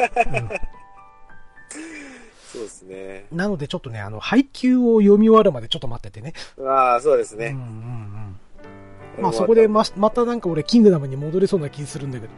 そうですね。 なのでちょっとね、あの、配給を読み終わるまでちょっと待っててね。 ああ、そうですね。 うんうんうん。まあそこでま、またなんか俺キングダムに戻れそうな気するんだけど。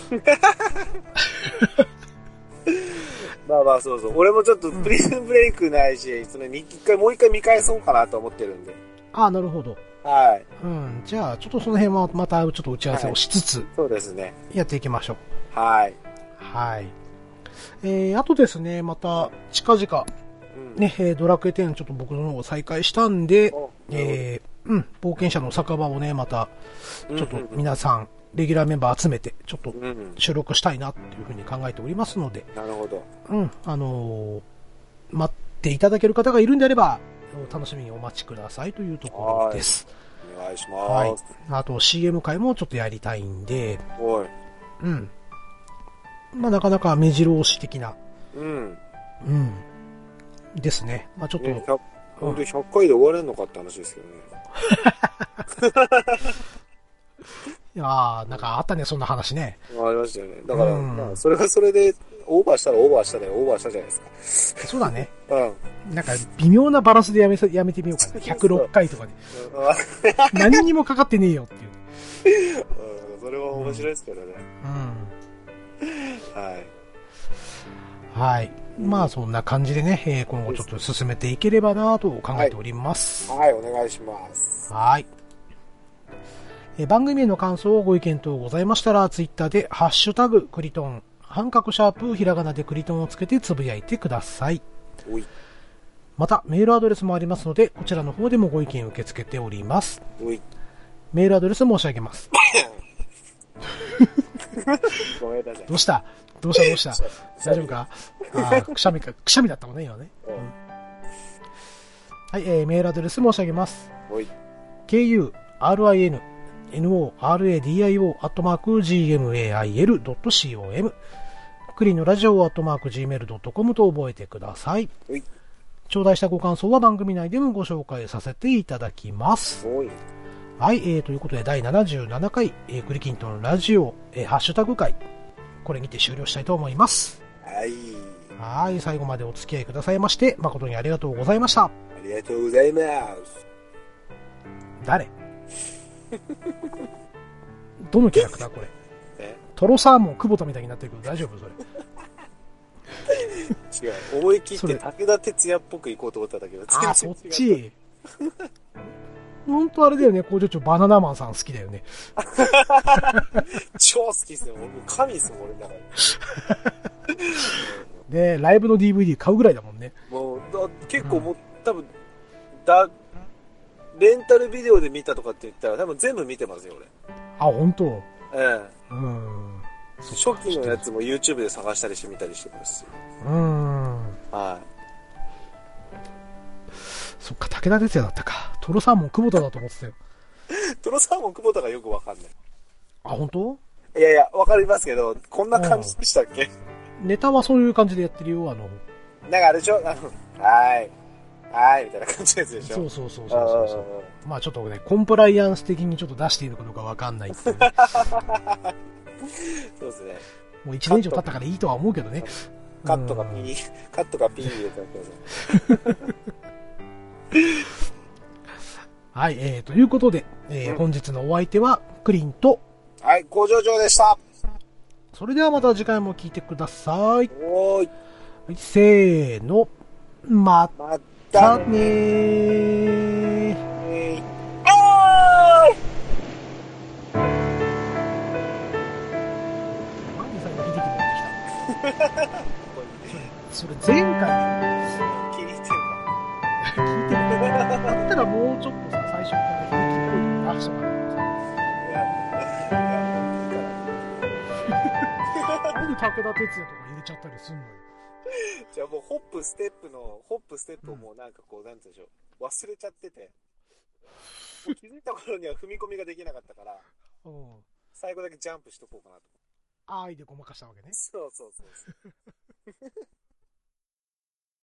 まあまあそうそう。俺もちょっとプリズンブレイクないし、うん、その一回もう一回見返そうかなと思ってるんで。 ああ、なるほど。 はい。 うん。じゃあちょっとその辺はまたちょっと打ち合わせをしつつ、はい、 そうですね。 やっていきましょう。はい。 はい。えー、あとですね、また近々、うん、ね、ドラクエテンちょっと僕の方を再開したんで、えー、うん、冒険者の酒場をね、また、ちょっと皆さん、レギュラーメンバー集めて、ちょっと収録したいなっていうふうに考えておりますので、 なるほど。 うん、あのー、待っていただける方がいるんであれば、楽しみにお待ちくださいというところです。 お願いします。 はい。あと シーエム 回もちょっとやりたいんで、 おい。 うん。まあなかなか目白押し的な、 うん。 うん。ですね。まあちょっと。 ね、本当にひゃっかいで終われんのかって話ですけどね。 いやー、なんかあったね、そんな話ね。 ありましたよね。だから、うん、まあ、それはそれで、オーバーしたらオーバーしたで、オーバーしたじゃないですか。 そうだね。 うん。 なんか、微妙なバランスでやめ、やめてみようかな。ひゃくろっかいとかで。何にもかかってねえよっていう。 うん、それは面白いですけどね。 うん。 うん、はい。 はい。まあそんな感じでね、えー、今後ちょっと進めていければなと考えております。 はい、はい、お願いします。 はい。えー、番組への感想をご意見等ございましたら、ツイッターでハッシュタグクリトン、半角シャープひらがなでクリトンをつけてつぶやいてください。 おい。 またメールアドレスもありますので、こちらの方でもご意見受け付けております。 おい。 メールアドレス申し上げます。 ごめんなさい。 どうしたどうしたどうした大丈夫かあくしゃみか、くしゃみだったもんね、今ね。うん、はい、えー、メールアドレス申し上げます。 はい。 ケーユーアールアイエヌエヌオーアールエーディーアイオー アットマーク ジーエムエーアイエルドットコム クリのラジオアットマーク ジーメールドットコム と覚えてください。 はい。 頂戴したご感想は番組内でもご紹介させていただきます。 はい。 はい、えー、ということでだいななじゅうななかい、えー、クリキントンラジオ、えー、ハッシュタグ会、これにて終了したいと思います。 はい。 はい、最後までお付き合いくださいまして、誠にありがとうございました。 ありがとうございます。 誰どのキャラクターこれえトロサーモン久保田みたいになってるけど大丈夫それ違う、思い切って武田鉄矢っぽく行こうと思ったんだけど、 ああ、そっち本当あれだよね、工場長バナナマンさん好きだよね。 超好きですよ。もう神ですよ、俺の中で。 で、ライブの ディーブイディー 買うぐらいだもんね。 もう、だ結構もう、うん、多分、だ、レンタルビデオで見たとかって言ったら多分全部見てますよ、俺。 あ、本当。 ええ。 うん。 初期のやつも YouTube で探したりしてみたりしてますし。 うん。 はい。 そっか、武田鉄矢だったか。トロサーモン久保田だと思ってたよ。 トロサーモン久保田がよくわかんない。 あ、本当？ いやいや、わかりますけど、こんな感じでしたっけ？ ネタはそういう感じでやってるよ、あの。 なんかあれでしょ？あの、はーい。はーい、みたいな感じのやつでしょ？ そうそうそうそうそう。まあちょっとね、コンプライアンス的にちょっと出しているかどうかわかんないっていう。 そうですね。 もういちねん以上経ったからいいとは思うけどね。 カットがピー、カットがピー入れてください。 はい、えー、ということで、えーうん、本日のお相手は、クリンと、 はい、工場長でした。 それではまた次回も聞いてください。 おーい。 はい、せーの、またねー。 おーい。 なんで最後、秀樹持ってきたそれ、それ前回聞いてるか聞いてるだったらもうちょっとさ、最初から秀樹っぽいの出しとかないとさ。なんで武田鉄矢とか入れちゃったりすんのよ。 じゃあもうホップステップの、ホップステップをもうなんかこう、なんていうんでしょう、忘れちゃってて、もう気づいた頃には踏み込みができなかったから、うん、最後だけジャンプしとこうかなと。 愛でごまかしたわけね。 そうそうそうそう。